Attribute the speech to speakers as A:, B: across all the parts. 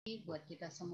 A: buat kita semua.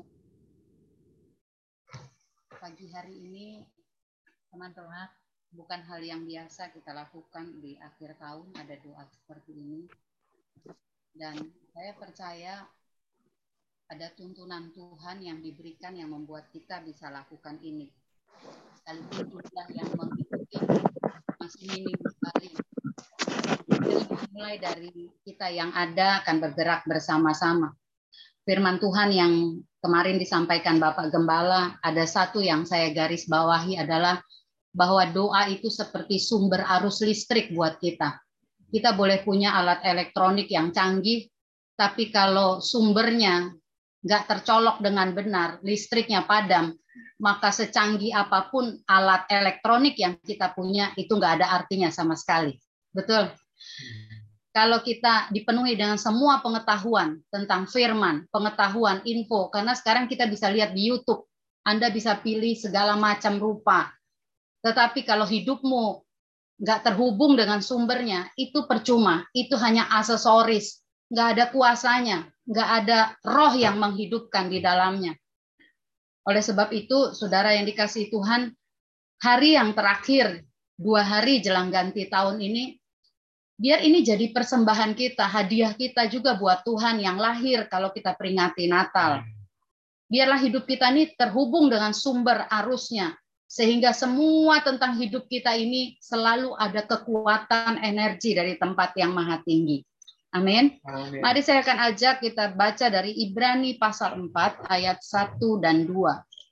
A: Pagi hari ini, teman-teman, bukan hal yang biasa kita lakukan di akhir tahun, ada doa seperti ini. Dan saya percaya ada tuntunan Tuhan yang diberikan yang membuat kita bisa lakukan ini. Sekalipun jumlah yang mengikuti masih minim sekali. Mulai dari kita yang ada akan bergerak bersama-sama. Firman Tuhan yang kemarin disampaikan Bapak Gembala, ada satu yang saya garis bawahi adalah bahwa doa itu seperti sumber arus listrik buat kita. Kita boleh punya alat elektronik yang canggih, tapi kalau sumbernya nggak tercolok dengan benar, listriknya padam, maka secanggih apapun alat elektronik yang kita punya, itu nggak ada artinya sama sekali. Betul? Kalau kita dipenuhi dengan semua pengetahuan tentang firman, pengetahuan, info, karena sekarang kita bisa lihat di YouTube, Anda bisa pilih segala macam rupa. Tetapi kalau hidupmu nggak terhubung dengan sumbernya, itu percuma. Itu hanya aksesoris, nggak ada kuasanya, nggak ada roh yang menghidupkan di dalamnya. Oleh sebab itu, saudara yang dikasihi Tuhan, hari yang terakhir, 2 hari jelang ganti tahun ini, biar ini jadi persembahan kita, hadiah kita juga buat Tuhan yang lahir kalau kita peringati Natal. Biarlah hidup kita ini terhubung dengan sumber arusnya, sehingga semua tentang hidup kita ini selalu ada kekuatan energi dari tempat yang maha tinggi. Amin. Mari saya akan ajak kita baca dari Ibrani pasal 4 ayat 1 dan 2.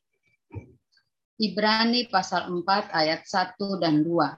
A: Ibrani pasal 4 ayat 1 dan 2.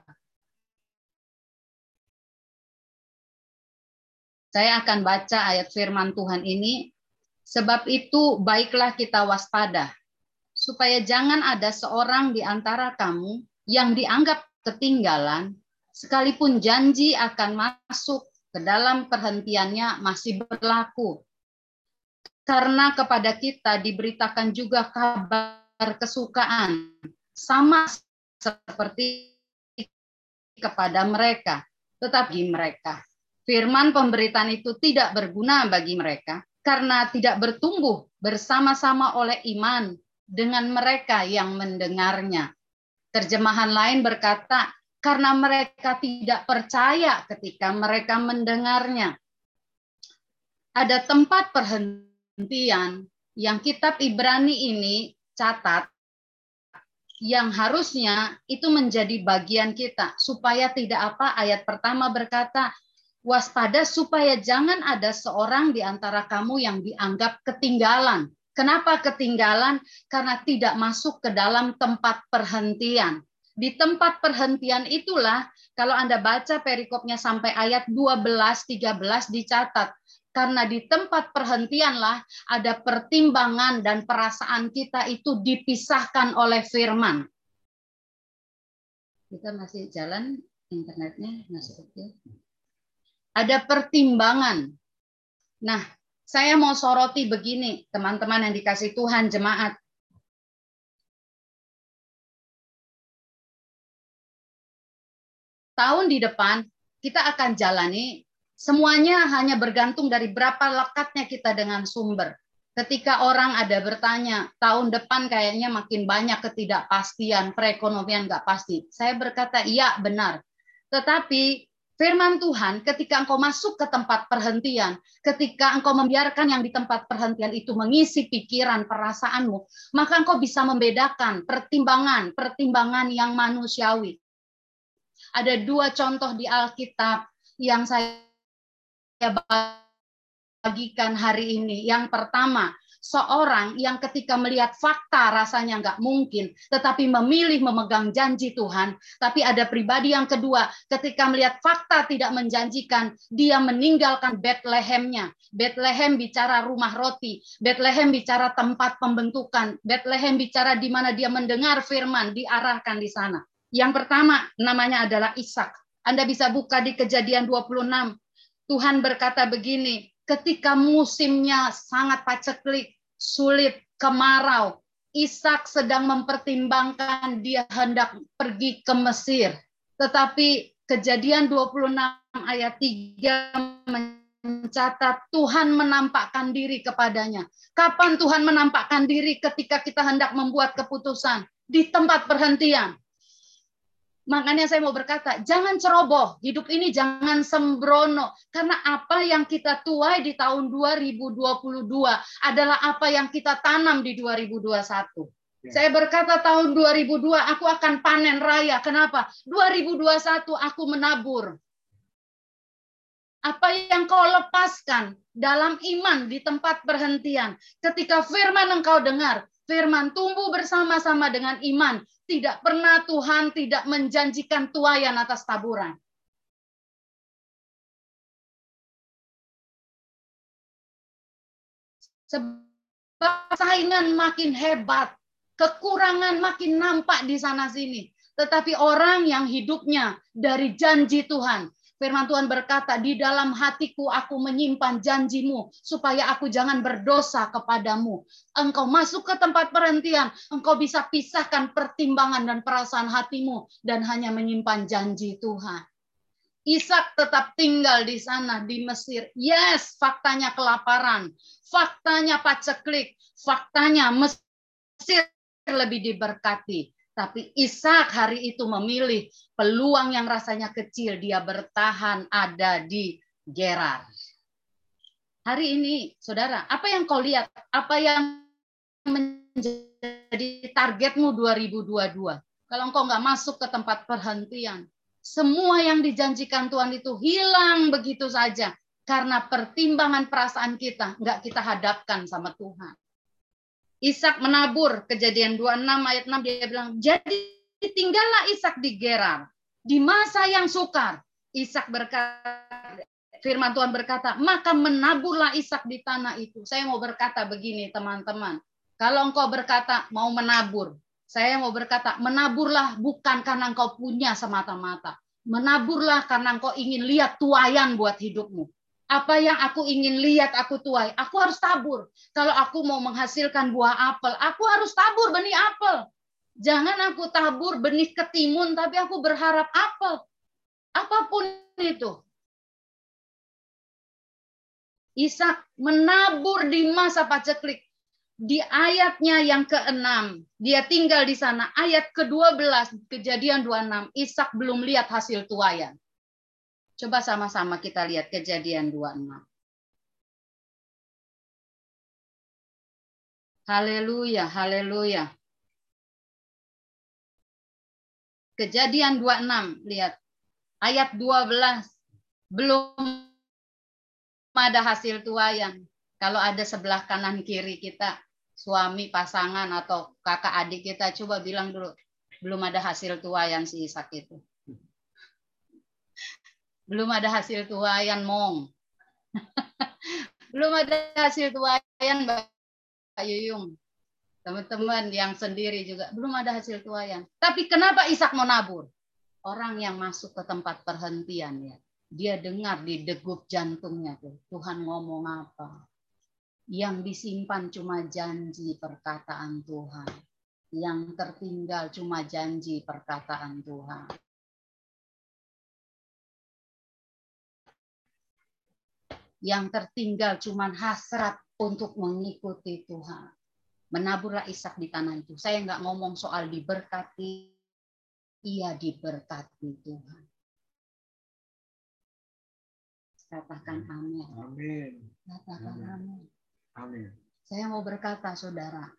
A: Saya akan baca ayat firman Tuhan ini. Sebab itu baiklah kita waspada, supaya jangan ada seorang di antara kamu yang dianggap ketinggalan, sekalipun janji akan masuk ke dalam perhentiannya masih berlaku. Karena kepada kita diberitakan juga kabar kesukaan, sama seperti kepada mereka, tetapi mereka. Firman pemberitaan itu tidak berguna bagi mereka karena tidak bertumbuh bersama-sama oleh iman dengan mereka yang mendengarnya. Terjemahan lain berkata, karena mereka tidak percaya ketika mereka mendengarnya. Ada tempat perhentian yang kitab Ibrani ini catat, yang harusnya itu menjadi bagian kita, supaya tidak apa, ayat pertama berkata, waspada supaya jangan ada seorang di antara kamu yang dianggap ketinggalan. Kenapa ketinggalan? Karena tidak masuk ke dalam tempat perhentian. Di tempat perhentian itulah, kalau Anda baca perikopnya sampai ayat 12-13 dicatat, karena di tempat perhentianlah ada pertimbangan dan perasaan kita itu dipisahkan oleh firman. Kita masih jalan, internetnya masih oke. Ada pertimbangan. Nah, saya mau soroti begini, teman-teman yang dikasih Tuhan, jemaat. Tahun di depan, kita akan jalani, semuanya hanya bergantung dari berapa lekatnya kita dengan sumber. Ketika orang ada bertanya, tahun depan kayaknya makin banyak ketidakpastian, perekonomian nggak pasti. Saya berkata, iya benar. Tetapi firman Tuhan, ketika engkau masuk ke tempat perhentian, ketika engkau membiarkan yang di tempat perhentian itu mengisi pikiran, perasaanmu, maka engkau bisa membedakan pertimbangan yang manusiawi. Ada 2 contoh di Alkitab yang saya bagikan hari ini. Yang pertama, seorang yang ketika melihat fakta rasanya nggak mungkin, tetapi memilih memegang janji Tuhan. Tapi ada pribadi yang kedua, ketika melihat fakta tidak menjanjikan, dia meninggalkan Bethlehemnya. Bethlehem bicara rumah roti, Bethlehem bicara tempat pembentukan, Bethlehem bicara di mana dia mendengar firman, diarahkan di sana. Yang pertama namanya adalah Ishak. Anda bisa buka di Kejadian 26. Tuhan berkata begini, ketika musimnya sangat paceklik, sulit, kemarau, Ishak sedang mempertimbangkan dia hendak pergi ke Mesir. Tetapi Kejadian 26 ayat 3 mencatat Tuhan menampakkan diri kepadanya. Kapan Tuhan menampakkan diri? Ketika kita hendak membuat keputusan di tempat perhentian. Makanya saya mau berkata, jangan ceroboh. Hidup ini jangan sembrono. Karena apa yang kita tuai di tahun 2022 adalah apa yang kita tanam di 2021. Saya berkata tahun 2002 aku akan panen raya. Kenapa? 2021 aku menabur. Apa yang kau lepaskan dalam iman di tempat perhentian. Ketika firman engkau dengar, firman tumbuh bersama-sama dengan iman. Tidak pernah Tuhan tidak menjanjikan tuaian atas taburan. Sebab saingan makin hebat, kekurangan makin nampak di sana-sini. Tetapi orang yang hidupnya dari janji Tuhan, firman Tuhan berkata, di dalam hatiku aku menyimpan janjimu, supaya aku jangan berdosa kepadamu. Engkau masuk ke tempat perhentian, engkau bisa pisahkan pertimbangan dan perasaan hatimu, dan hanya menyimpan janji Tuhan. Ishak tetap tinggal di sana, di Mesir. Yes, faktanya kelaparan, faktanya paceklik, faktanya Mesir lebih diberkati. Tapi Ishak hari itu memilih peluang yang rasanya kecil, dia bertahan ada di Gerar. Hari ini, saudara, apa yang kau lihat? Apa yang menjadi targetmu 2022? Kalau engkau nggak masuk ke tempat perhentian, semua yang dijanjikan Tuhan itu hilang begitu saja. Karena pertimbangan perasaan kita, nggak kita hadapkan sama Tuhan. Ishak menabur, Kejadian 26 ayat 6 dia bilang, jadi tinggallah Ishak di Gerar di masa yang sukar. Ishak berkata, firman Tuhan berkata, maka menaburlah Ishak di tanah itu. Saya mau berkata begini teman-teman, kalau engkau berkata mau menabur, saya mau berkata menaburlah bukan karena engkau punya semata-mata. Menaburlah karena engkau ingin lihat tuaian buat hidupmu. Apa yang aku ingin lihat aku tuai, aku harus tabur. Kalau aku mau menghasilkan buah apel, aku harus tabur benih apel. Jangan aku tabur benih ketimun, tapi aku berharap apel. Apapun itu. Ishak menabur di masa paceklik. Di ayatnya yang ke-6, dia tinggal di sana. Ayat ke-12, Kejadian 26, Ishak belum lihat hasil tuaian. Coba sama-sama kita lihat Kejadian 26. Haleluya, haleluya. Kejadian 26, lihat. Ayat 12. Belum ada hasil tuaian. Kalau ada sebelah kanan kiri kita, suami, pasangan, atau kakak adik kita, coba bilang dulu, belum ada hasil tuaian si Ishak itu. Belum ada hasil tuaian, Mong. Belum ada hasil tuaian, Mbak Yuyung. Teman-teman yang sendiri juga belum ada hasil tuaian. Tapi kenapa Ishak mau nabur? Orang yang masuk ke tempat perhentian ya, dia dengar di degup jantungnya tuh Tuhan ngomong apa. Yang disimpan cuma janji perkataan Tuhan. Yang tertinggal cuma janji perkataan Tuhan. Yang tertinggal cuma hasrat untuk mengikuti Tuhan. Menaburlah Ishak di tanah itu. Saya nggak ngomong soal diberkati. Ia diberkati Tuhan. Katakan amin.
B: Amin.
A: Katakan amin.
B: Amin.
A: Saya mau berkata, saudara.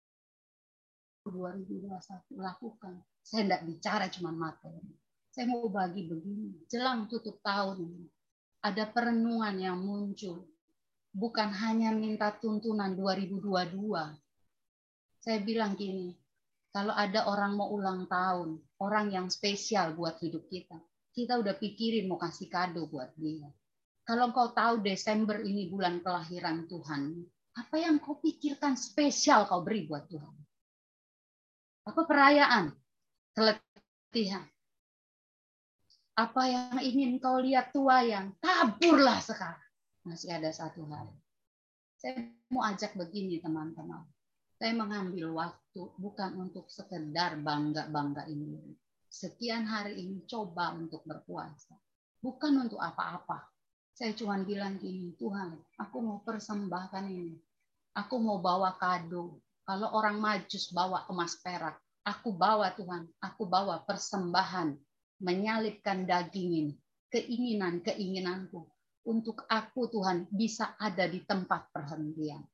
A: 2021 lakukan. Saya tidak bicara cuma materi. Saya mau bagi begini. Jelang tutup tahun ini. Ada perenungan yang muncul. Bukan hanya minta tuntunan 2022. Saya bilang gini, kalau ada orang mau ulang tahun, orang yang spesial buat hidup kita, kita udah pikirin mau kasih kado buat dia. Kalau kau tahu Desember ini bulan kelahiran Tuhan, apa yang kau pikirkan spesial kau beri buat Tuhan? Apa perayaan? Keletihan. Apa yang ingin kau lihat tuaian? Taburlah sekarang. Masih ada satu hari. Saya mau ajak begini teman-teman. Saya mengambil waktu bukan untuk sekedar bangga-bangga ini. Sekian hari ini coba untuk berpuasa. Bukan untuk apa-apa. Saya cuma bilang gini, Tuhan, aku mau persembahkan ini. Aku mau bawa kado. Kalau orang Majus bawa emas perak, aku bawa Tuhan, aku bawa persembahan, menyalipkan daging ini, keinginanku. Untuk aku Tuhan bisa ada di tempat perhentian.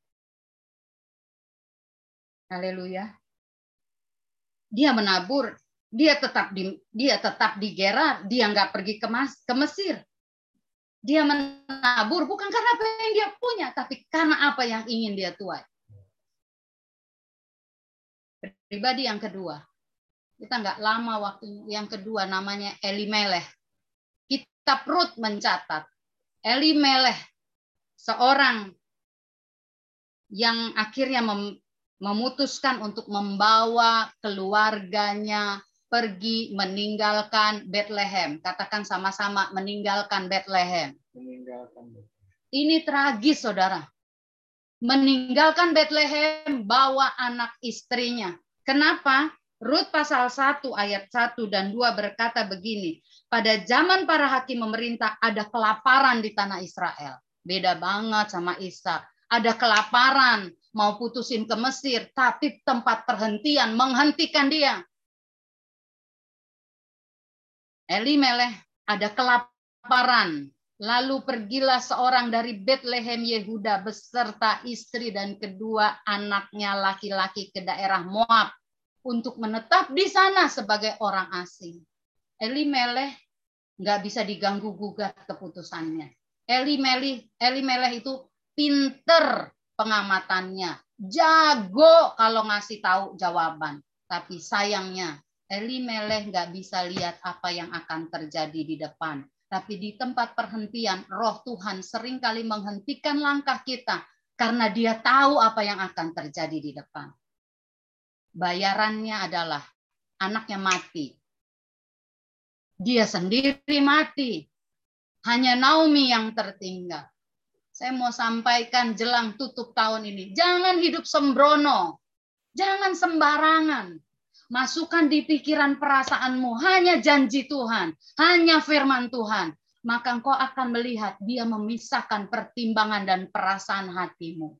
A: Haleluya. Dia menabur, dia tetap di Gerar, dia nggak pergi ke Mesir. Dia menabur bukan karena apa yang dia punya, tapi karena apa yang ingin dia tuai. Pribadi yang kedua, kita nggak lama waktu yang kedua namanya Elimeleh. Kitab Rut mencatat Elimeleh seorang yang akhirnya memutuskan untuk membawa keluarganya pergi meninggalkan Bethlehem. Katakan sama-sama, meninggalkan Bethlehem. Ini tragis, saudara. Meninggalkan Bethlehem, bawa anak istrinya. Kenapa? Rut pasal 1 ayat 1 dan 2 berkata begini. Pada zaman para hakim memerintah ada kelaparan di tanah Israel. Beda banget sama Ishak. Ada kelaparan, mau putusin ke Mesir, tapi tempat perhentian menghentikan dia. Elimeleh, ada kelaparan. Lalu pergilah seorang dari Bethlehem Yehuda beserta istri dan kedua anaknya laki-laki ke daerah Moab untuk menetap di sana sebagai orang asing. Elimeleh nggak bisa diganggu gugat keputusannya. Elimeleh itu pinter pengamatannya, jago kalau ngasih tahu jawaban. Tapi sayangnya Elimeleh nggak bisa lihat apa yang akan terjadi di depan. Tapi di tempat perhentian, Roh Tuhan seringkali menghentikan langkah kita karena Dia tahu apa yang akan terjadi di depan. Bayarannya adalah anaknya mati. Dia sendiri mati. Hanya Naomi yang tertinggal. Saya mau sampaikan jelang tutup tahun ini. Jangan hidup sembrono. Jangan sembarangan. Masukkan di pikiran perasaanmu hanya janji Tuhan, hanya firman Tuhan. Maka engkau akan melihat Dia memisahkan pertimbangan dan perasaan hatimu.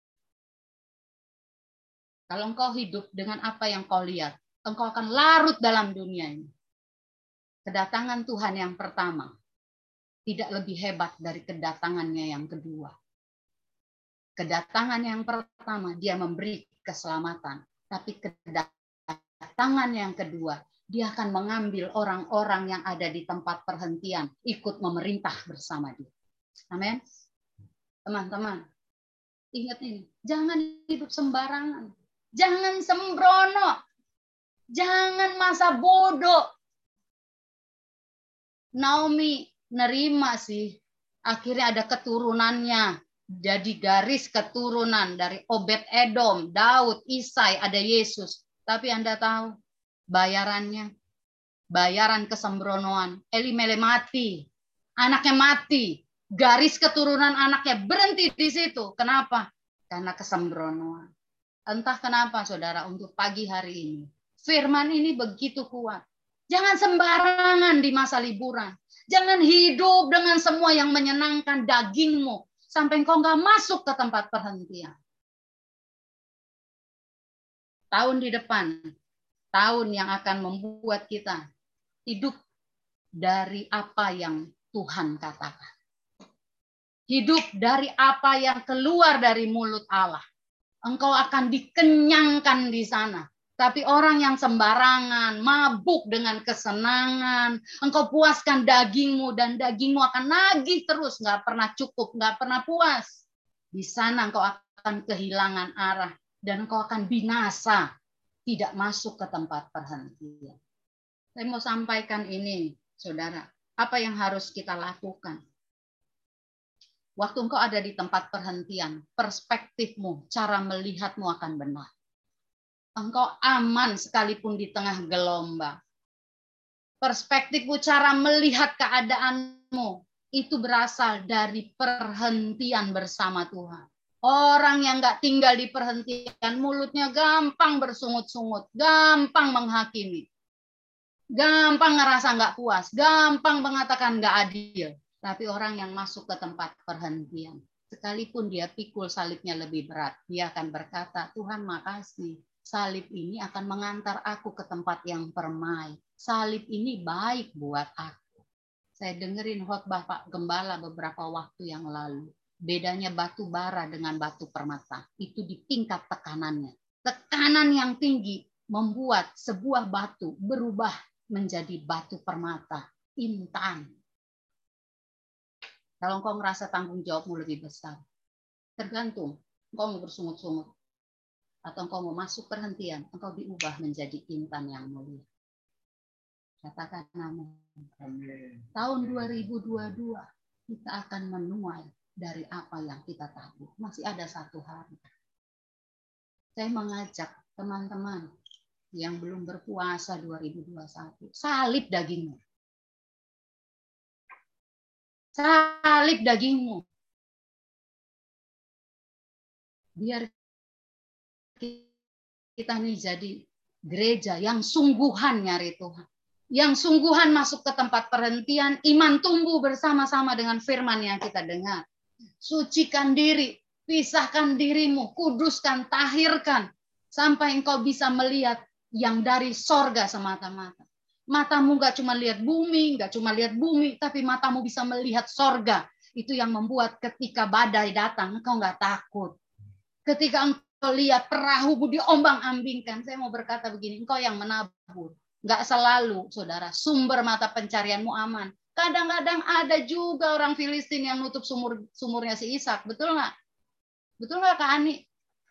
A: Kalau engkau hidup dengan apa yang kau lihat, engkau akan larut dalam dunia ini. Kedatangan Tuhan yang pertama tidak lebih hebat dari kedatangannya yang kedua. Kedatangan yang pertama, Dia memberi keselamatan. Tapi kedatangan yang kedua, Dia akan mengambil orang-orang yang ada di tempat perhentian, ikut memerintah bersama Dia. Amin. Teman-teman, ingat ini. Jangan hidup sembarangan. Jangan sembrono. Jangan masa bodoh. Naomi nerima sih. Akhirnya ada keturunannya. Jadi garis keturunan dari Obed Edom, Daud, Isai, ada Yesus. Tapi Anda tahu bayarannya, bayaran kesembronoan. Elimeleh mati, anaknya mati, garis keturunan anaknya berhenti di situ. Kenapa? Karena kesembronoan. Entah kenapa saudara untuk pagi hari ini. Firman ini begitu kuat. Jangan sembarangan di masa liburan. Jangan hidup dengan semua yang menyenangkan dagingmu. Sampai engkau nggak masuk ke tempat perhentian. Tahun di depan, tahun yang akan membuat kita hidup dari apa yang Tuhan katakan. Hidup dari apa yang keluar dari mulut Allah. Engkau akan dikenyangkan di sana. Tapi orang yang sembarangan, mabuk dengan kesenangan, engkau puaskan dagingmu dan dagingmu akan nagih terus, nggak pernah cukup, nggak pernah puas. Di sana engkau akan kehilangan arah dan engkau akan binasa, tidak masuk ke tempat perhentian. Saya mau sampaikan ini, saudara, apa yang harus kita lakukan? Waktu engkau ada di tempat perhentian, perspektifmu, cara melihatmu akan benar. Engkau aman sekalipun di tengah gelombang. Perspektifmu, cara melihat keadaanmu, itu berasal dari perhentian bersama Tuhan. Orang yang nggak tinggal di perhentian, mulutnya gampang bersungut-sungut, gampang menghakimi. Gampang ngerasa nggak puas, gampang mengatakan nggak adil. Tapi orang yang masuk ke tempat perhentian, sekalipun dia pikul salibnya lebih berat, dia akan berkata, Tuhan makasih, salib ini akan mengantar aku ke tempat yang permai. Salib ini baik buat aku. Saya dengerin khotbah Pak Gembala beberapa waktu yang lalu. Bedanya batu bara dengan batu permata. Itu di tingkat tekanannya. Tekanan yang tinggi membuat sebuah batu berubah menjadi batu permata. Intan. Kalau engkau merasa tanggung jawabmu lebih besar. Tergantung. Engkau mau bersungut-sungut. Atau engkau mau masuk perhentian. Engkau diubah menjadi intan yang mulia. Katakan amin. Tahun 2022 kita akan menuai dari apa yang kita tabur. Masih ada satu hari. Saya mengajak teman-teman yang belum berpuasa 2021, salib dagingmu. Salib dagingmu. Biar kita nih jadi gereja yang sungguhan nyari Tuhan. Yang sungguhan masuk ke tempat perhentian, iman tumbuh bersama-sama dengan firman yang kita dengar. Sucikan diri, pisahkan dirimu, kuduskan, tahirkan, sampai engkau bisa melihat yang dari sorga semata-mata. Matamu gak cuma lihat bumi, tapi matamu bisa melihat sorga. Itu yang membuat ketika badai datang, engkau gak takut. Ketika engkau lihat perahumu diombang-ambingkan, saya mau berkata begini, engkau yang menabur. Nggak selalu, saudara, sumber mata pencarianmu aman. Kadang-kadang ada juga orang Filistin yang nutup sumurnya si Ishak. Betul nggak? Betul nggak Kak Ani?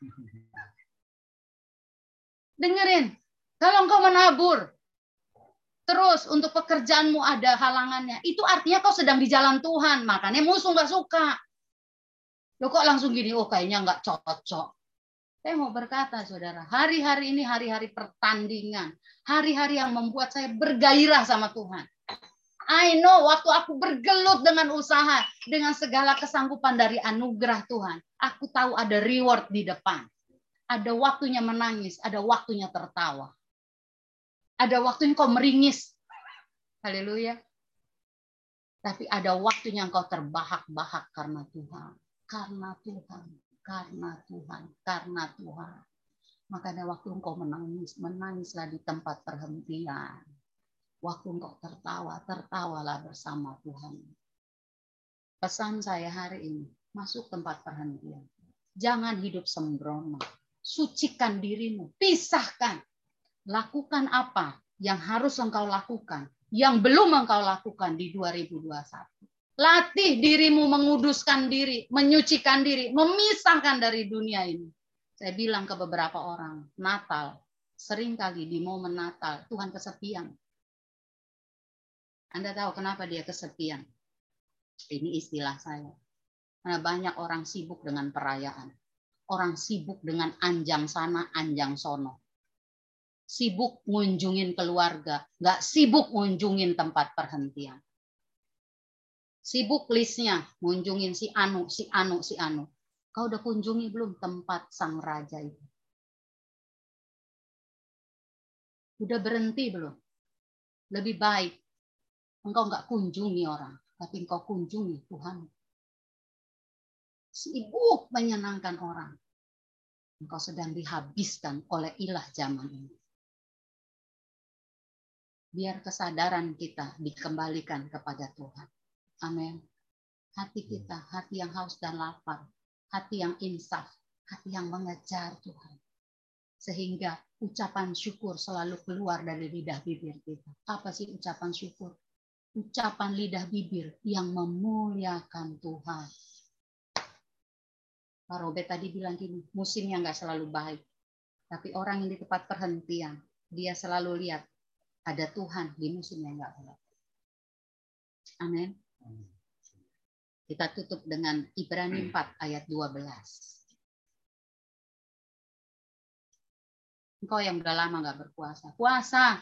A: Dengerin. Kalau engkau menabur, terus untuk pekerjaanmu ada halangannya, itu artinya kau sedang di jalan Tuhan. Makanya musuh nggak suka. Loh kok langsung gini, oh kayaknya nggak cocok. Saya mau berkata, saudara, hari-hari ini hari-hari pertandingan. Hari-hari yang membuat saya bergairah sama Tuhan. I know, waktu aku bergelut dengan usaha, dengan segala kesanggupan dari anugerah Tuhan, aku tahu ada reward di depan. Ada waktunya menangis, ada waktunya tertawa. Ada waktunya kau meringis. Haleluya. Tapi ada waktunya engkau terbahak-bahak karena Tuhan. Karena Tuhan. Karena Tuhan, karena Tuhan. Makanya waktu engkau menangis, menangislah di tempat perhentian. Waktu engkau tertawa, tertawalah bersama Tuhan. Pesan saya hari ini, masuk tempat perhentian. Jangan hidup sembrono. Sucikan dirimu, pisahkan. Lakukan apa yang harus engkau lakukan, yang belum engkau lakukan di 2021. Latih dirimu menguduskan diri, menyucikan diri, memisahkan dari dunia ini. Saya bilang ke beberapa orang, Natal, seringkali di momen Natal, Tuhan kesepian. Anda tahu kenapa dia kesepian? Ini istilah saya. Karena banyak orang sibuk dengan perayaan. Orang sibuk dengan anjang sana, anjang sono. Sibuk ngunjungin keluarga, nggak sibuk ngunjungin tempat perhentian. Sibuk listnya, ngunjungin si Anu, si Anu, si Anu. Kau udah kunjungi belum tempat sang raja itu? Udah berhenti belum? Lebih baik engkau nggak kunjungi orang, tapi engkau kunjungi Tuhan. Sibuk menyenangkan orang. Engkau sedang dihabiskan oleh ilah zaman ini. Biar kesadaran kita dikembalikan kepada Tuhan. Amin. Hati kita, hati yang haus dan lapar, hati yang insaf, hati yang mengejar Tuhan. Sehingga ucapan syukur selalu keluar dari lidah bibir kita. Apa sih ucapan syukur? Ucapan lidah bibir yang memuliakan Tuhan. Pak Robert tadi bilang gini, musimnya nggak selalu baik. Tapi orang yang di tempat perhentian, dia selalu lihat ada Tuhan di musim yang nggak baik. Amin. Kita tutup dengan Ibrani 4 ayat 12. Engkau yang udah lama nggak berpuasa, puasa.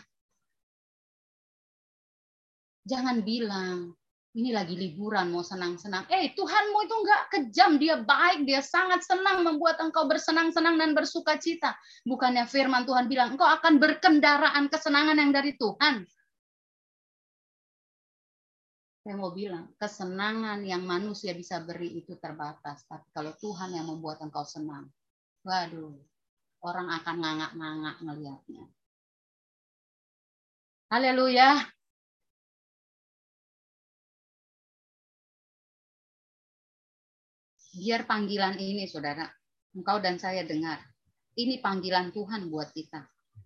A: Jangan bilang, ini lagi liburan mau senang-senang. Tuhanmu itu nggak kejam, dia baik, dia sangat senang membuat engkau bersenang-senang dan bersuka cita. Bukannya firman Tuhan bilang, engkau akan berkendaraan kesenangan yang dari Tuhan. Saya mau bilang, kesenangan yang manusia bisa beri itu terbatas. Tapi kalau Tuhan yang membuat engkau senang, waduh, orang akan ngangak-ngangak melihatnya. Haleluya. Biar panggilan ini, saudara, engkau dan saya dengar. Ini panggilan Tuhan buat kita.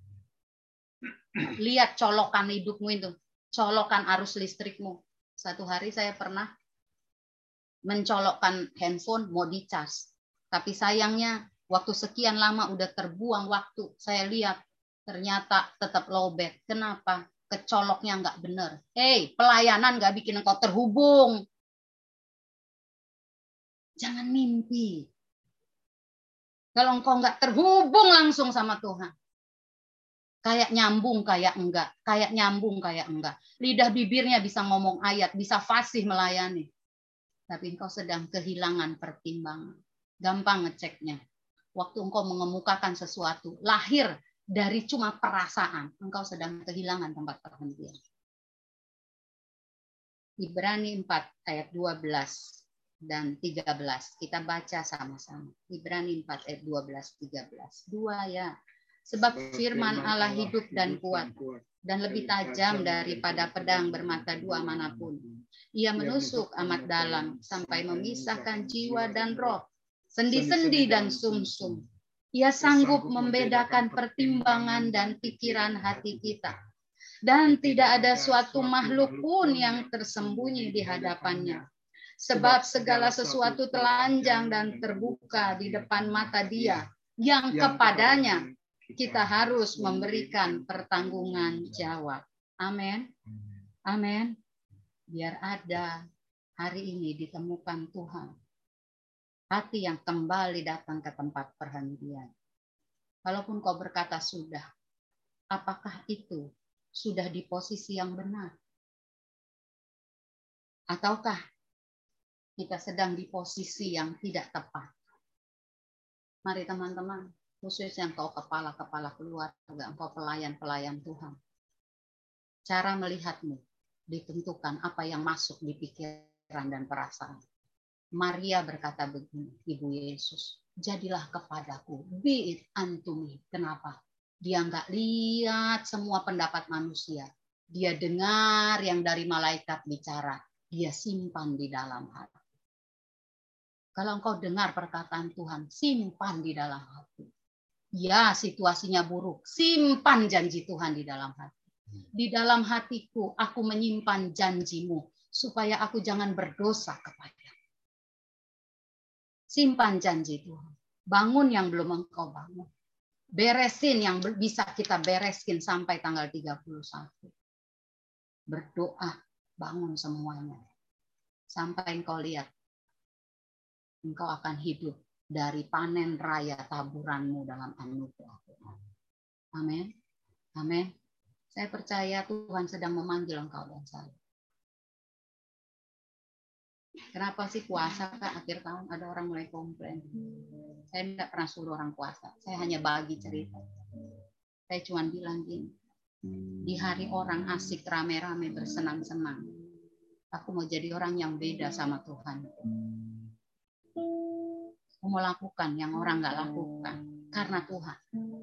A: Lihat colokan hidupmu itu, colokan arus listrikmu. Satu hari saya pernah mencolokkan handphone mau dicas. Tapi sayangnya waktu sekian lama udah terbuang waktu. Saya lihat ternyata tetap lowbat. Kenapa? Kecoloknya nggak bener. Pelayanan nggak bikin engkau terhubung. Jangan mimpi. Kalau engkau nggak terhubung langsung sama Tuhan. Kayak nyambung, kayak enggak. Kayak nyambung, kayak enggak. Lidah bibirnya bisa ngomong ayat, bisa fasih melayani. Tapi engkau sedang kehilangan pertimbangan. Gampang ngeceknya. Waktu engkau mengemukakan sesuatu, lahir dari cuma perasaan, engkau sedang kehilangan tempat perhentian. Ibrani 4 ayat 12 dan 13. Kita baca sama-sama. Ibrani 4 ayat 12, 13. Dua ya. Sebab firman Allah hidup dan kuat, dan lebih tajam daripada pedang bermata dua manapun. Ia menusuk amat dalam sampai memisahkan jiwa dan roh, sendi-sendi dan sumsum. Ia sanggup membedakan pertimbangan dan pikiran hati kita. Dan tidak ada suatu makhluk pun yang tersembunyi di hadapannya. Sebab segala sesuatu telanjang dan terbuka di depan mata Dia, yang kepadanya kita harus memberikan pertanggungan jawab. Amin. Amin. Biar ada hari ini ditemukan Tuhan. Hati yang kembali datang ke tempat perhentian. Walaupun kau berkata sudah, apakah itu sudah di posisi yang benar? Ataukah kita sedang di posisi yang tidak tepat? Mari teman-teman, khususnya engkau kepala-kepala keluarga, engkau pelayan-pelayan Tuhan. Cara melihatmu ditentukan apa yang masuk di pikiran dan perasaan. Maria berkata begini, Ibu Yesus, jadilah kepadaku, be it unto me. Kenapa? Dia nggak lihat semua pendapat manusia. Dia dengar yang dari malaikat bicara. Dia simpan di dalam hati. Kalau engkau dengar perkataan Tuhan, simpan di dalam hati. Ya, situasinya buruk. Simpan janji Tuhan di dalam hati. Di dalam hatiku, aku menyimpan janjimu. Supaya aku jangan berdosa kepada. Simpan janji Tuhan. Bangun yang belum engkau bangun. Beresin yang bisa kita beresin sampai tanggal 31. Berdoa, bangun semuanya. Sampai engkau lihat, engkau akan hidup dari panen raya taburanmu dalam anugerah Tuhan. Amin. Amin. Saya percaya Tuhan sedang memanggil engkau dan saya. Kenapa sih puasa Kak akhir tahun ada orang mulai komplain? Saya tidak pernah suruh orang puasa. Saya hanya bagi cerita. Saya cuma bilang gini, di hari orang asik rame-rame bersenang-senang, aku mau jadi orang yang beda sama Tuhan. Aku mau lakukan yang orang nggak lakukan karena Tuhan.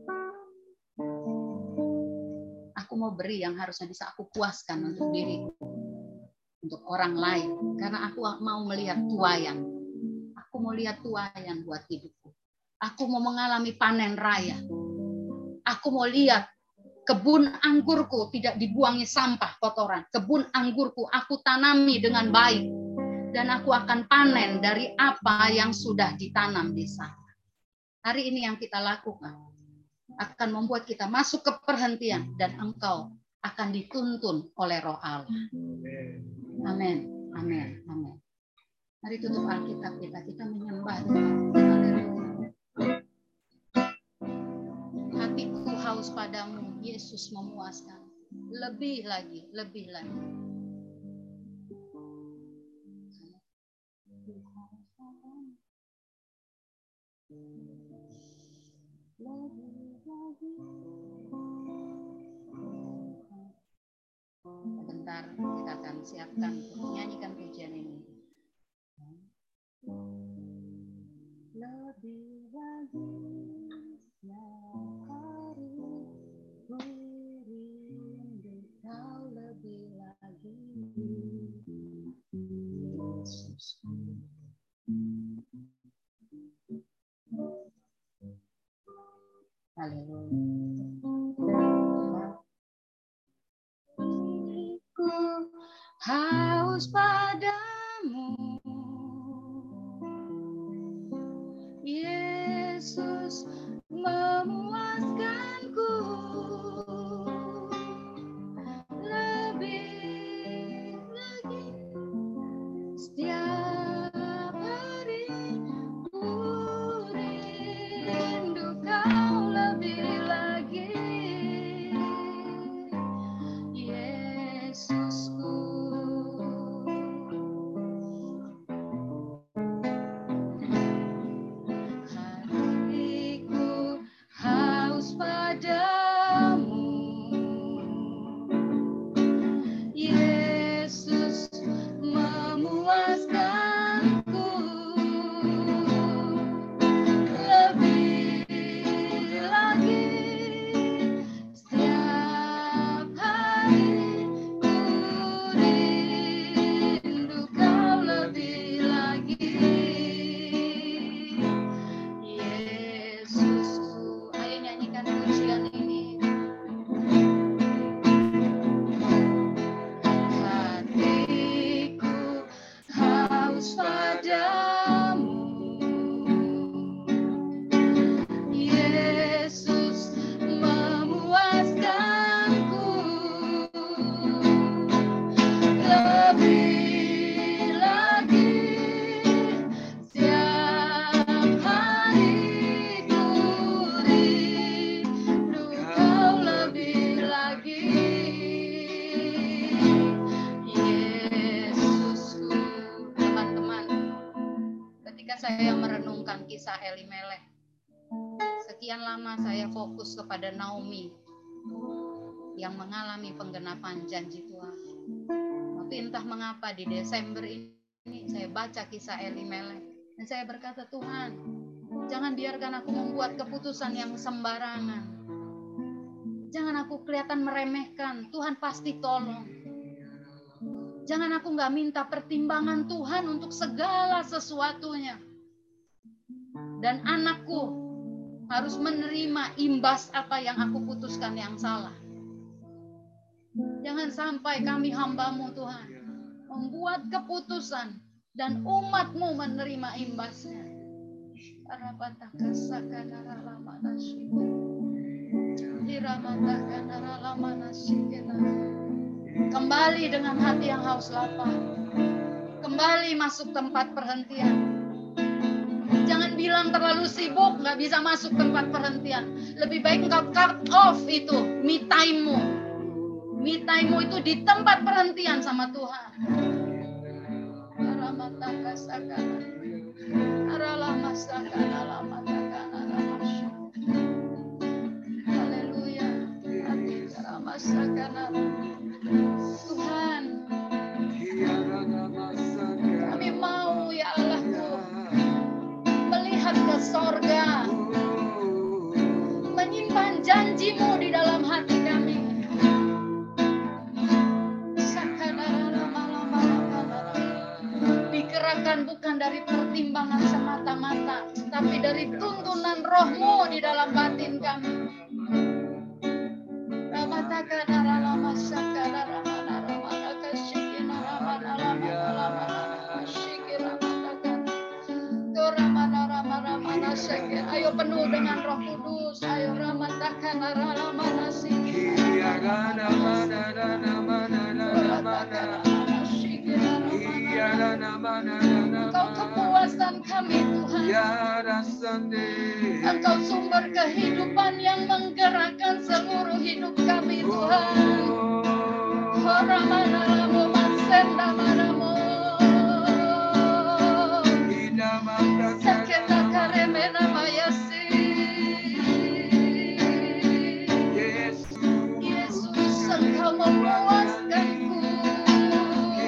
A: Aku mau beri yang harusnya bisa aku puaskan untuk diriku, untuk orang lain, karena aku mau melihat tuayan. Aku mau lihat tuayan buat hidupku. Aku mau mengalami panen raya. Aku mau lihat kebun anggurku tidak dibuangi sampah kotoran. Kebun anggurku aku tanami dengan baik. Dan aku akan panen dari apa yang sudah ditanam di sana. Hari ini yang kita lakukan akan membuat kita masuk ke perhentian. Dan engkau akan dituntun oleh Roh Allah. Amin. Amin. Amin. Mari tutup Alkitab kita menyembah Tuhan. Hatiku haus padamu, Yesus memuaskan. Lebih lagi, lebih lagi. Sebentar kita akan siapkan untuk menyanyikan pujian ini. Lebih lagi setiap hari ku rindu kau lebih lagi, Yesusku. Haleluya. Ku haus padamu, Yesus, memuaskanku lebih lagi. Setiap hari ku rindu kau lebih lagi, Yesusku. Hatiku haus padamu, Yesus, memuaskanku lebih lagi. Setiap hari ku rindu kau lebih lagi, Yesusku. Ayo nyanyikan pujian ini. Hatiku haus padamu, Yesus, memuaskanku lebih lagi. Setiap hari ku rindu kau lebih lagi, Yesusku. Teman-teman, ketika saya merenungkan kisah Elimelek, sekian lama saya fokus kepada Naomi yang mengalami penggenapan janji Tuhan. Tapi entah mengapa di Desember ini saya baca kisah Elimelek dan saya berkata, Tuhan, jangan biarkan aku membuat keputusan yang sembarangan. Jangan aku kelihatan meremehkan. Tuhan pasti tolong. Jangan aku nggak minta pertimbangan Tuhan untuk segala sesuatunya. Dan anakku harus menerima imbas apa yang aku putuskan yang salah. Jangan sampai kami hamba-Mu Tuhan membuat keputusan dan umat-Mu menerima imbasnya. Kembali dengan hati yang haus lapar. Kembali masuk tempat perhentian. Jangan bilang terlalu sibuk, nggak bisa masuk tempat perhentian. Lebih baik engkau cut off itu, me time-mu. Me time-mu itu di tempat perhentian sama Tuhan. Haleluya. Tuhan, kami mau ya Allahku melihat ke sorga, menyimpan janji-Mu di dalam hati kami. Digerakkan bukan dari pertimbangan semata-mata, tapi dari tuntunan Roh-Mu di dalam batin kami. Ayo penuh dengan Roh Kudus. Ayo ramatakan aramanasi. Engkau kepuasan kami Tuhan. Engkau sumber kehidupan yang menggerakkan seluruh hidup kami Tuhan. Horamanaramu masenda maramu. Saketa karemena mayasi. Yesus, Engkau memuaskanku.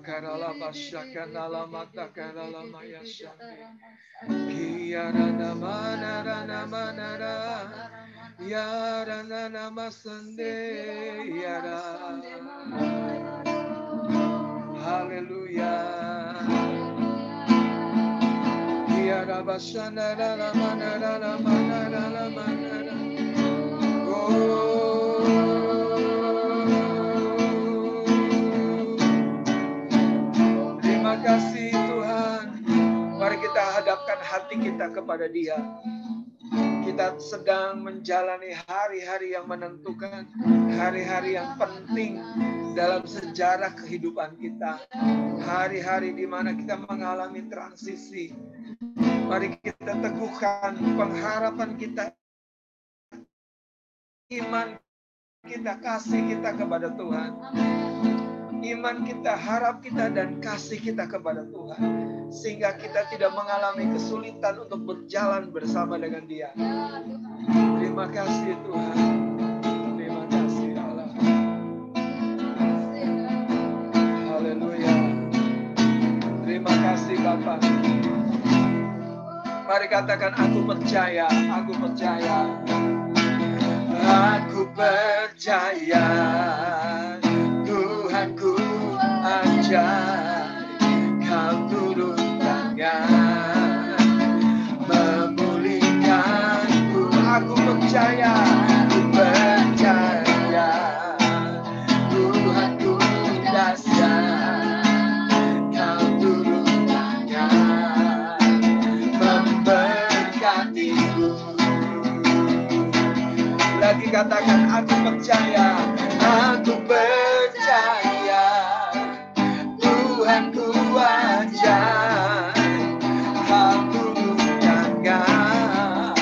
B: karala basyakana lama takarala maya shande. Kiarana manara manara. Yarana namasande yara. Hallelujah. Kiara bashana la manara la manara la manara. Terima kasih Tuhan. Mari kita hadapkan hati kita kepada Dia. Kita sedang menjalani hari-hari yang menentukan, hari-hari yang penting dalam sejarah kehidupan kita. Hari-hari di mana kita mengalami transisi. Mari kita teguhkan pengharapan kita, iman kita, kasih kita kepada Tuhan. Iman kita, harap kita, dan kasih kita kepada Tuhan. Sehingga kita tidak mengalami kesulitan untuk berjalan bersama dengan Dia. Terima kasih Tuhan. Terima kasih Allah. Haleluya. Terima kasih Bapa. Mari katakan, aku percaya, aku percaya. Aku percaya Tuhanku ajaib, Kau turun tangan memulihkanku. Aku percaya, aku percaya Tuhanku dahsyat, Kau turun tangan memberkatiku. Lagi katakan, aku percaya, aku percaya Tuhanku ajaib, Kau turun tangan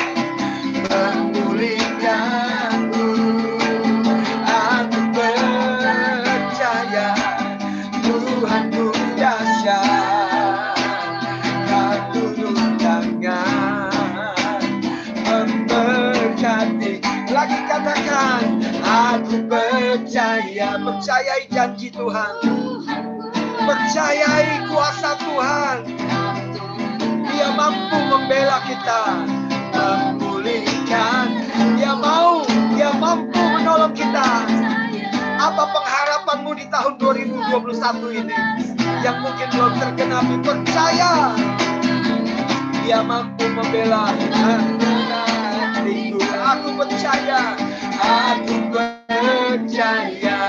B: memulihkanku. Aku percaya Tuhanku dahsyat, Kau turun tangan memberkati. Lagi katakan, aku percaya. Percayai janji Tuhan, percayai kuasa Tuhan. Dia mampu membela kita, memulihkan. Dia mampu menolong kita. Apa pengharapanmu di tahun 2021 ini yang mungkin belum tergenapi? Percaya, Dia mampu membela hatiku. Aku percaya, aku percaya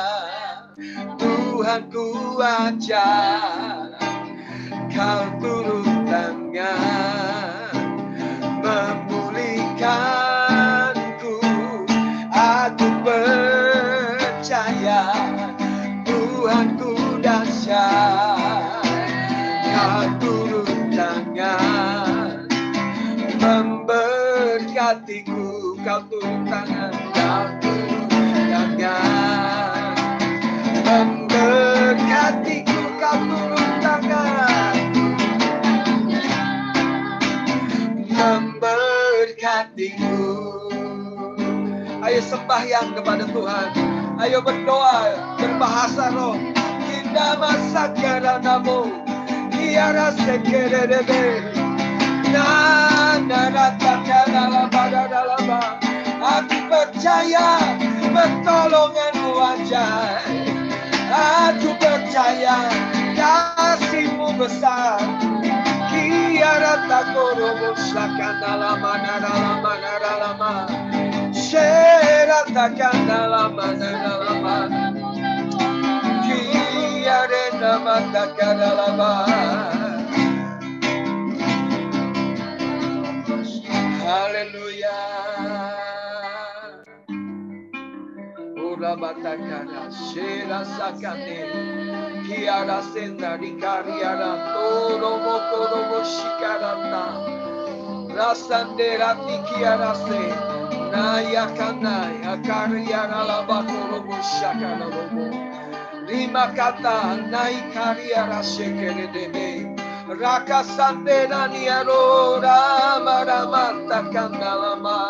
B: Tuhanku ajaib, Kau turun tangan memulihkanku. Aku percaya Tuhanku dahsyat, Kau turun tangan memberkatiku. Kau turun tangan, Kau turun tangan memberkatiku. Kau turun tangan memberkatiku. Ayo sembahyang kepada Tuhan. Ayo berdoa, berbahasa roh. Kita masa karanamu, tiara sekerebe. Aku percaya pertolonganmu ajaib. Aku percaya kasihmu besar. Kiara takorobo sakana lama naralama naralama. Shera takana lama naralama. Kiara nama takana lama. Haleluya. Ora batakara shera sakane. Kiara sendari kariara toro mokoro shikarata. Rasandera tikiara se. Naya kanai akariara labakoro shakara lobo. Lima kata nai kariara shekere debe. Raka sandera niaro rama ramata kandalama.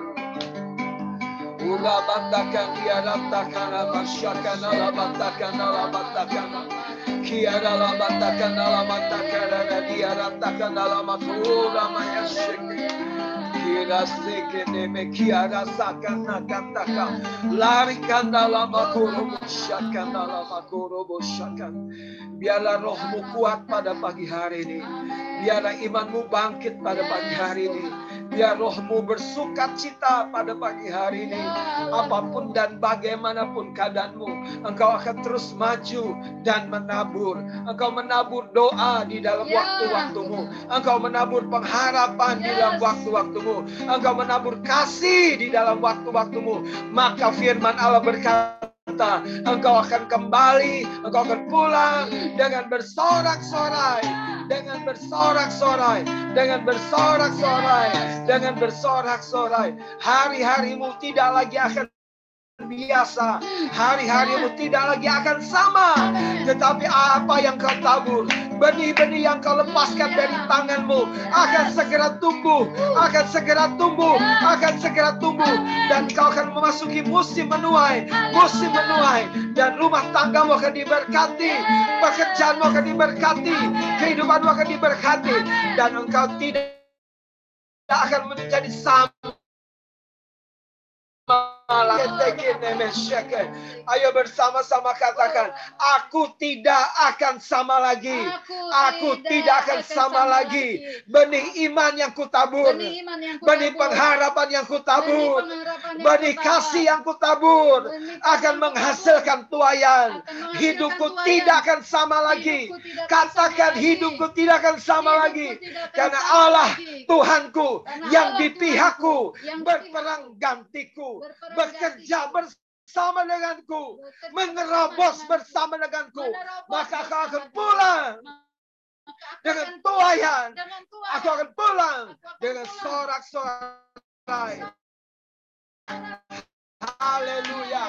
B: Ula batakan dia ratakana masyakana la batakana la batakana. Kiara lamatakan alamatakan dia ratakan alamakura mayashiki. Kira sekene me kiara sakana kataka. Larikan alamakuru musyakan alamakuru musyakan. Biarlah rohmu kuat pada pagi hari ini. Biarlah imanmu bangkit pada pagi hari ini. Biar rohmu bersukacita pada pagi hari ini. Apapun dan bagaimanapun keadaanmu, engkau akan terus maju dan menabur. Engkau menabur doa di dalam waktu-waktumu. Engkau menabur pengharapan di dalam waktu-waktumu. Engkau menabur kasih di dalam waktu-waktumu. Maka firman Allah berkata, engkau akan kembali, engkau akan pulang dengan bersorak-sorai, dengan bersorak-sorai, dengan bersorak-sorai, dengan bersorak-sorai. Hari-harimu tidak lagi akan biasa, hari-harimu tidak lagi akan sama, tetapi apa yang kau tabur, benih-benih yang kau lepaskan dari tanganmu akan segera tumbuh, akan segera tumbuh, akan segera tumbuh, dan kau akan memasuki musim menuai, dan rumah tanggamu akan diberkati, pekerjaanmu akan diberkati, kehidupanmu akan diberkati, dan engkau tidak akan menjadi sama. Ayo bersama-sama katakan, aku tidak akan sama lagi. Aku tidak akan sama lagi. Benih iman yang kutabur, benih pengharapan yang kutabur, benih kasih yang kutabur akan menghasilkan tuaian. Hidupku tidak akan sama lagi. Katakan, hidupku tidak akan sama lagi. Karena Allah Tuhanku yang di pihakku, berperang gantiku, bekerja bersama denganku, menerobos bersama denganku, maka kau akan pulang dengan tuaian. Aku akan pulang dengan sorak-sorai. Haleluya,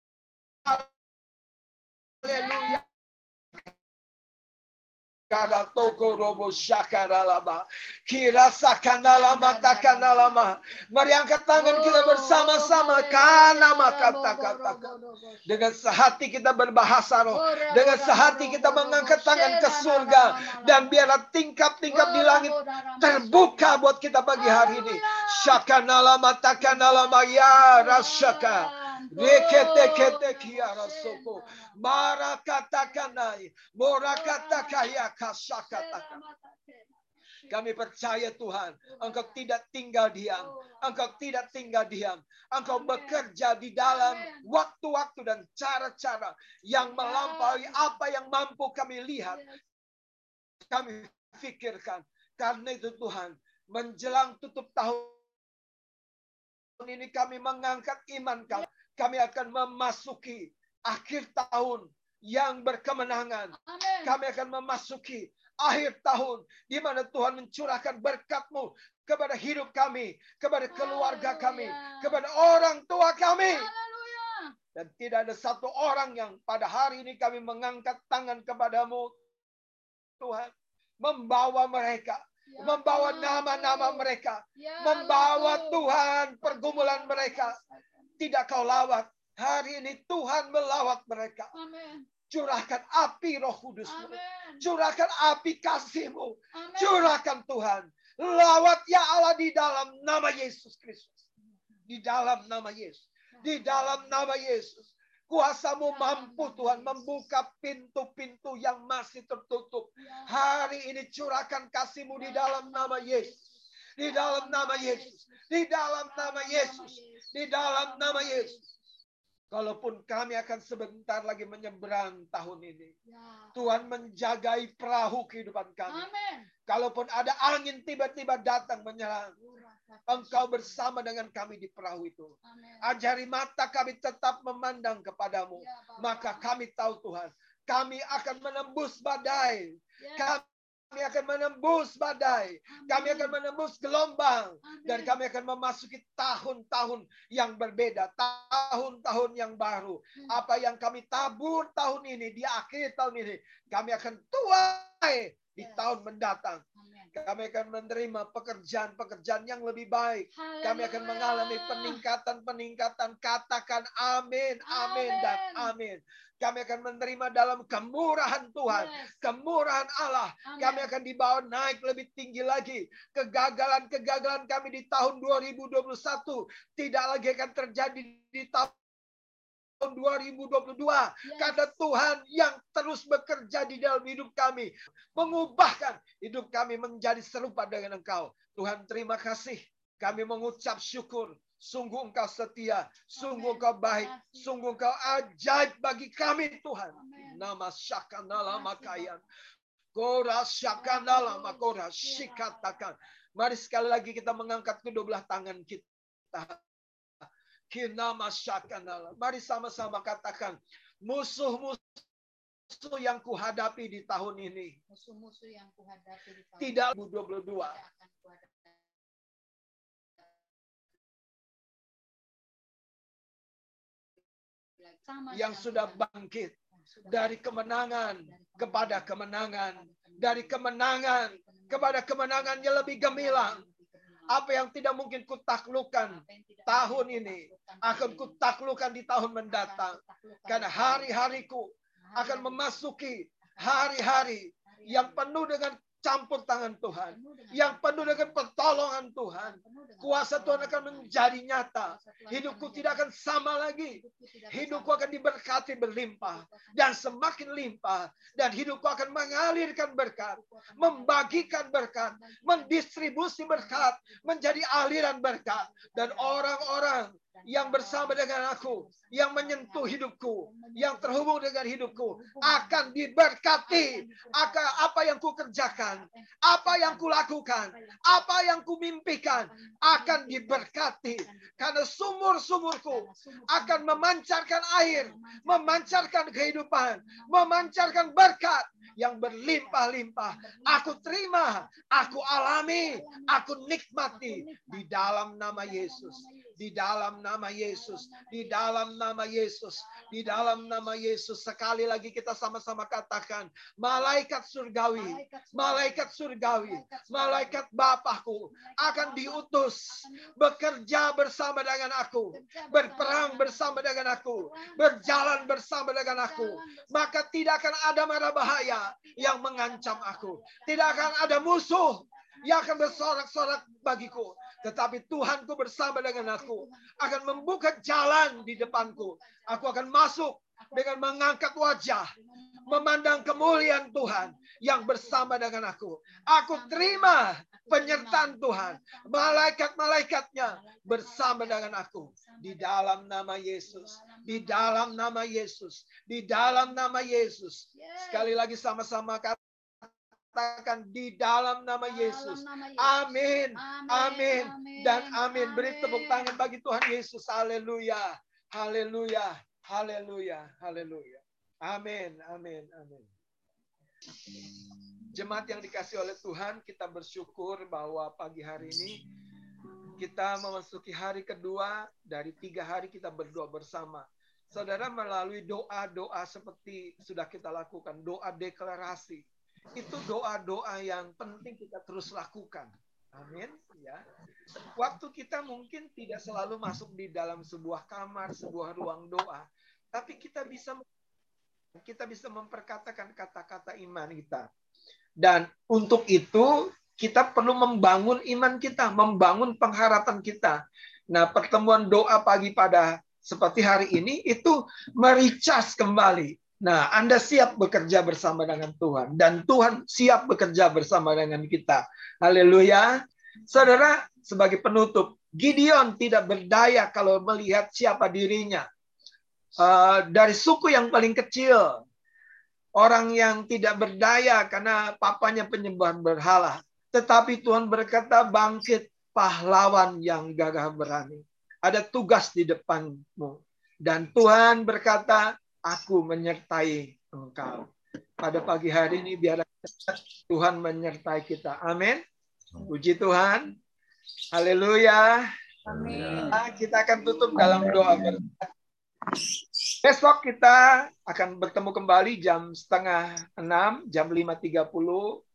B: haleluya. Kada toko robo syakaralama, kirasakanalama takanalama. Mari angkat tangan kita bersama-sama, kanama kata-kata. Dengan sehati kita berbahasa roh, dengan sehati kita mengangkat tangan ke surga, dan biarlah tingkap-tingkap di langit terbuka buat kita pagi hari ini. Syakanalama takanalama ya rasyaka. Rekete-kete kiara soko. Marakatakanai. Morakataka kasakataka. Kami percaya Tuhan, Engkau tidak tinggal diam. Engkau tidak tinggal diam. Engkau bekerja di dalam waktu-waktu dan cara-cara yang melampaui apa yang mampu kami lihat, kami pikirkan. Karena itu Tuhan, menjelang tutup tahun ini kami mengangkat iman kami. Kami akan memasuki akhir tahun yang berkemenangan. Amen. Kami akan memasuki akhir tahun di mana Tuhan mencurahkan berkat-Mu kepada hidup kami, kepada keluarga kami, kepada orang tua kami. Dan tidak ada satu orang yang pada hari ini kami mengangkat tangan kepadamu, Tuhan, membawa mereka, membawa nama-nama mereka, membawa Tuhan pergumulan mereka. Tidak kau lawat. Hari ini Tuhan melawat mereka. Amen. Curahkan api Roh Kudus-Mu. Curahkan api kasih-Mu. Curahkan Tuhan. Lawat ya Allah di dalam nama Yesus Kristus. Di dalam nama Yesus. Di dalam nama Yesus. Kuasa-Mu mampu Tuhan membuka pintu-pintu yang masih tertutup. Hari ini curahkan kasih-Mu di dalam nama Yesus. Di dalam nama Yesus. Di dalam nama Yesus. Di dalam nama Yesus. Kalaupun kami akan sebentar lagi menyeberang tahun ini, Tuhan menjagai perahu kehidupan kami. Amen. Kalaupun ada angin tiba-tiba datang menyerang, Engkau bersama dengan kami di perahu itu. Amen. Ajari mata kami tetap memandang kepadamu. Maka kami tahu Tuhan, kami akan menembus badai. Kami akan menembus badai. Kami akan menembus gelombang. Dan kami akan memasuki tahun-tahun yang berbeda. Tahun-tahun yang baru. Apa yang kami tabur tahun ini, di akhir tahun ini, kami akan tuai di tahun mendatang. Kami akan menerima pekerjaan-pekerjaan yang lebih baik. Kami akan mengalami peningkatan-peningkatan. Katakan amin, amin, dan amin. Kami akan menerima dalam kemurahan Tuhan. Kemurahan Allah. Kami akan dibawa naik lebih tinggi lagi. Kegagalan-kegagalan kami di tahun 2021 tidak lagi akan terjadi di tahun 2022, karena Tuhan yang terus bekerja di dalam hidup kami, mengubahkan hidup kami menjadi serupa dengan Engkau. Tuhan, terima kasih. Kami mengucap syukur. Sungguh Engkau setia, sungguh Engkau baik, sungguh Engkau ajaib bagi kami, Tuhan. Nama syakana makayan, kora syakana lama kora shikatakan. Mari sekali lagi kita mengangkat kedua belah tangan kita. Mari sama-sama katakan, musuh-musuh yang kuhadapi di tahun ini.
A: Musuh-musuh yang kuhadapi di tahun
B: tidak 2022. Yang sudah bangkit dari kemenangan kepada kemenangan, dari kemenangan kepada kemenangan yang lebih gemilang. Apa yang tidak mungkin kutaklukkan tahun ini akan kutaklukkan di tahun mendatang. Karena hari-hariku akan memasuki hari-hari yang penuh dengan campur tangan Tuhan, yang penuh dengan pertolongan Tuhan. Kuasa Tuhan akan menjadi nyata. Hidupku tidak akan sama lagi. Hidupku akan diberkati berlimpah dan semakin limpah, dan hidupku akan mengalirkan berkat, membagikan berkat, mendistribusi berkat, menjadi aliran berkat, dan orang-orang yang bersama dengan aku, yang menyentuh hidupku, yang terhubung dengan hidupku, akan diberkati. Apa yang ku kerjakan, apa yang ku lakukan, apa yang ku mimpikan, akan diberkati. Karena sumur-sumurku akan memancarkan air, memancarkan kehidupan, memancarkan berkat yang berlimpah-limpah. Aku terima, aku alami, aku nikmati di dalam nama Yesus. Di dalam nama Yesus, di dalam nama Yesus, di dalam nama Yesus. Sekali lagi kita sama-sama katakan, malaikat surgawi, malaikat surgawi, malaikat Bapakku akan diutus bekerja bersama dengan aku, berperang bersama dengan aku, berjalan bersama dengan aku. Maka tidak akan ada mara bahaya yang mengancam aku. Tidak akan ada musuh yang akan bersorak-sorak bagiku. Tetapi Tuhanku bersama dengan aku, akan membuka jalan di depanku. Aku akan masuk dengan mengangkat wajah, memandang kemuliaan Tuhan yang bersama dengan aku. Aku terima penyertaan Tuhan, malaikat-malaikatnya bersama dengan aku. Di dalam nama Yesus, di dalam nama Yesus, di dalam nama Yesus. Sekali lagi sama-sama katakan, di dalam nama Yesus. Amin, amin, dan amin. Beri tepuk tangan bagi Tuhan Yesus. Haleluya, haleluya, haleluya, haleluya. Amin, amin, amin. Jemaat yang dikasih oleh Tuhan, kita bersyukur bahwa pagi hari ini kita memasuki hari kedua dari 3 hari kita berdoa bersama. Saudara, melalui doa-doa seperti sudah kita lakukan, doa deklarasi, itu doa-doa yang penting kita terus lakukan. Amin. Ya. Waktu kita mungkin tidak selalu masuk di dalam sebuah kamar, sebuah ruang doa, tapi kita bisa memperkatakan kata-kata iman kita. Dan untuk itu kita perlu membangun iman kita, membangun pengharapan kita. Nah, pertemuan doa pagi pada seperti hari ini itu mericas kembali. Nah, Anda siap bekerja bersama dengan Tuhan. Dan Tuhan siap bekerja bersama dengan kita. Haleluya. Saudara, sebagai penutup, Gideon tidak berdaya kalau melihat siapa dirinya. Dari suku yang paling kecil. Orang yang tidak berdaya karena papanya penyembahan berhala. Tetapi Tuhan berkata, bangkit pahlawan yang gagah berani. Ada tugas di depanmu. Dan Tuhan berkata, aku menyertai engkau. Pada pagi hari ini biar Tuhan menyertai kita. Amin. Puji Tuhan. Haleluya.
A: Amin.
B: Nah, kita akan tutup dalam doa bersama. Besok kita akan bertemu kembali jam 5:30, jam 5:30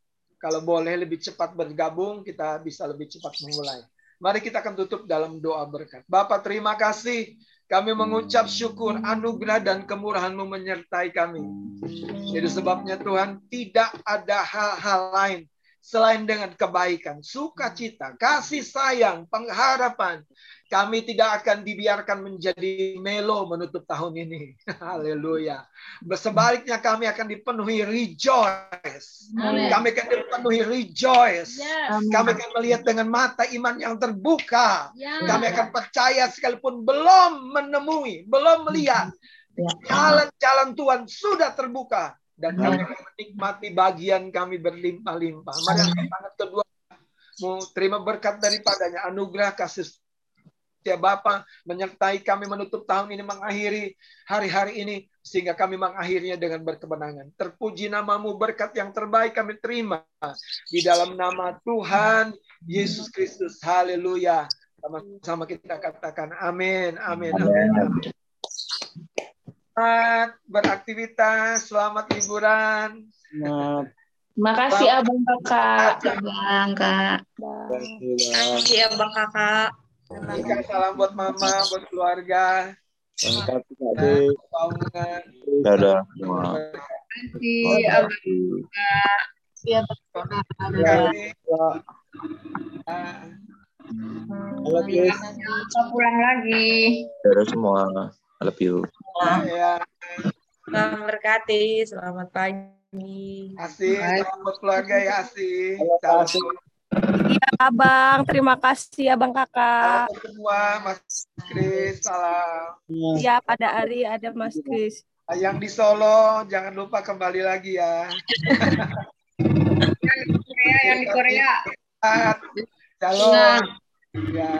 B: Kalau boleh lebih cepat bergabung, kita bisa lebih cepat memulai. Mari kita akan tutup dalam doa berkat. Bapak, terima kasih. Kami mengucap syukur, anugerah dan kemurahan-Mu menyertai kami. Jadi sebabnya Tuhan, tidak ada hal-hal lain selain dengan kebaikan, sukacita, kasih sayang, pengharapan. Kami tidak akan dibiarkan menjadi melo menutup tahun ini. Haleluya. Sebaliknya kami akan dipenuhi rejoice.
A: Amin.
B: Kami akan dipenuhi rejoice.
A: Yes.
B: Kami akan melihat dengan mata iman yang terbuka.
A: Ya.
B: Kami akan percaya sekalipun belum menemui, belum melihat. Jalan-jalan Tuhan sudah terbuka. Dan kami akan menikmati bagian kami berlimpah-limpah. Mari angkat tangan kedua. Mau terima berkat daripadanya. Anugerah kasih setia Bapa menyertai kami menutup tahun ini, mengakhiri hari-hari ini, sehingga kami mengakhirinya dengan berkemenangan. Terpuji nama-Mu, berkat yang terbaik kami terima di dalam nama Tuhan Yesus Kristus. Haleluya. Sama-sama kita katakan amin, amin, amin, amin. Selamat beraktivitas, selamat liburan.
C: Terima kasih Abang Kakak.
A: Abang Kak.
C: Terima kasih Abang Kakak.
B: Ika, salam buat mama, buat keluarga.
D: Terima kasih Kak Dik.
B: Bangungan.
D: Dadah semua.
A: Terima kasih Abang Kak.
C: Iya,
D: I love you.
A: Kita pulang lagi.
D: Dadah semua. I love you.
B: Ya,
C: Tuhan berkati. Selamat pagi.
B: Asih, salam buat keluarga ya Asih.
D: Salam.
B: Salam
E: Iya Abang, terima kasih Abang Kakak.
B: buat semua, Mas Kris, salam.
E: Iya pada hari ada Mas Kris.
B: Yang di Solo, jangan lupa kembali lagi ya.
A: Yang di Korea.
B: Shalom. Ya.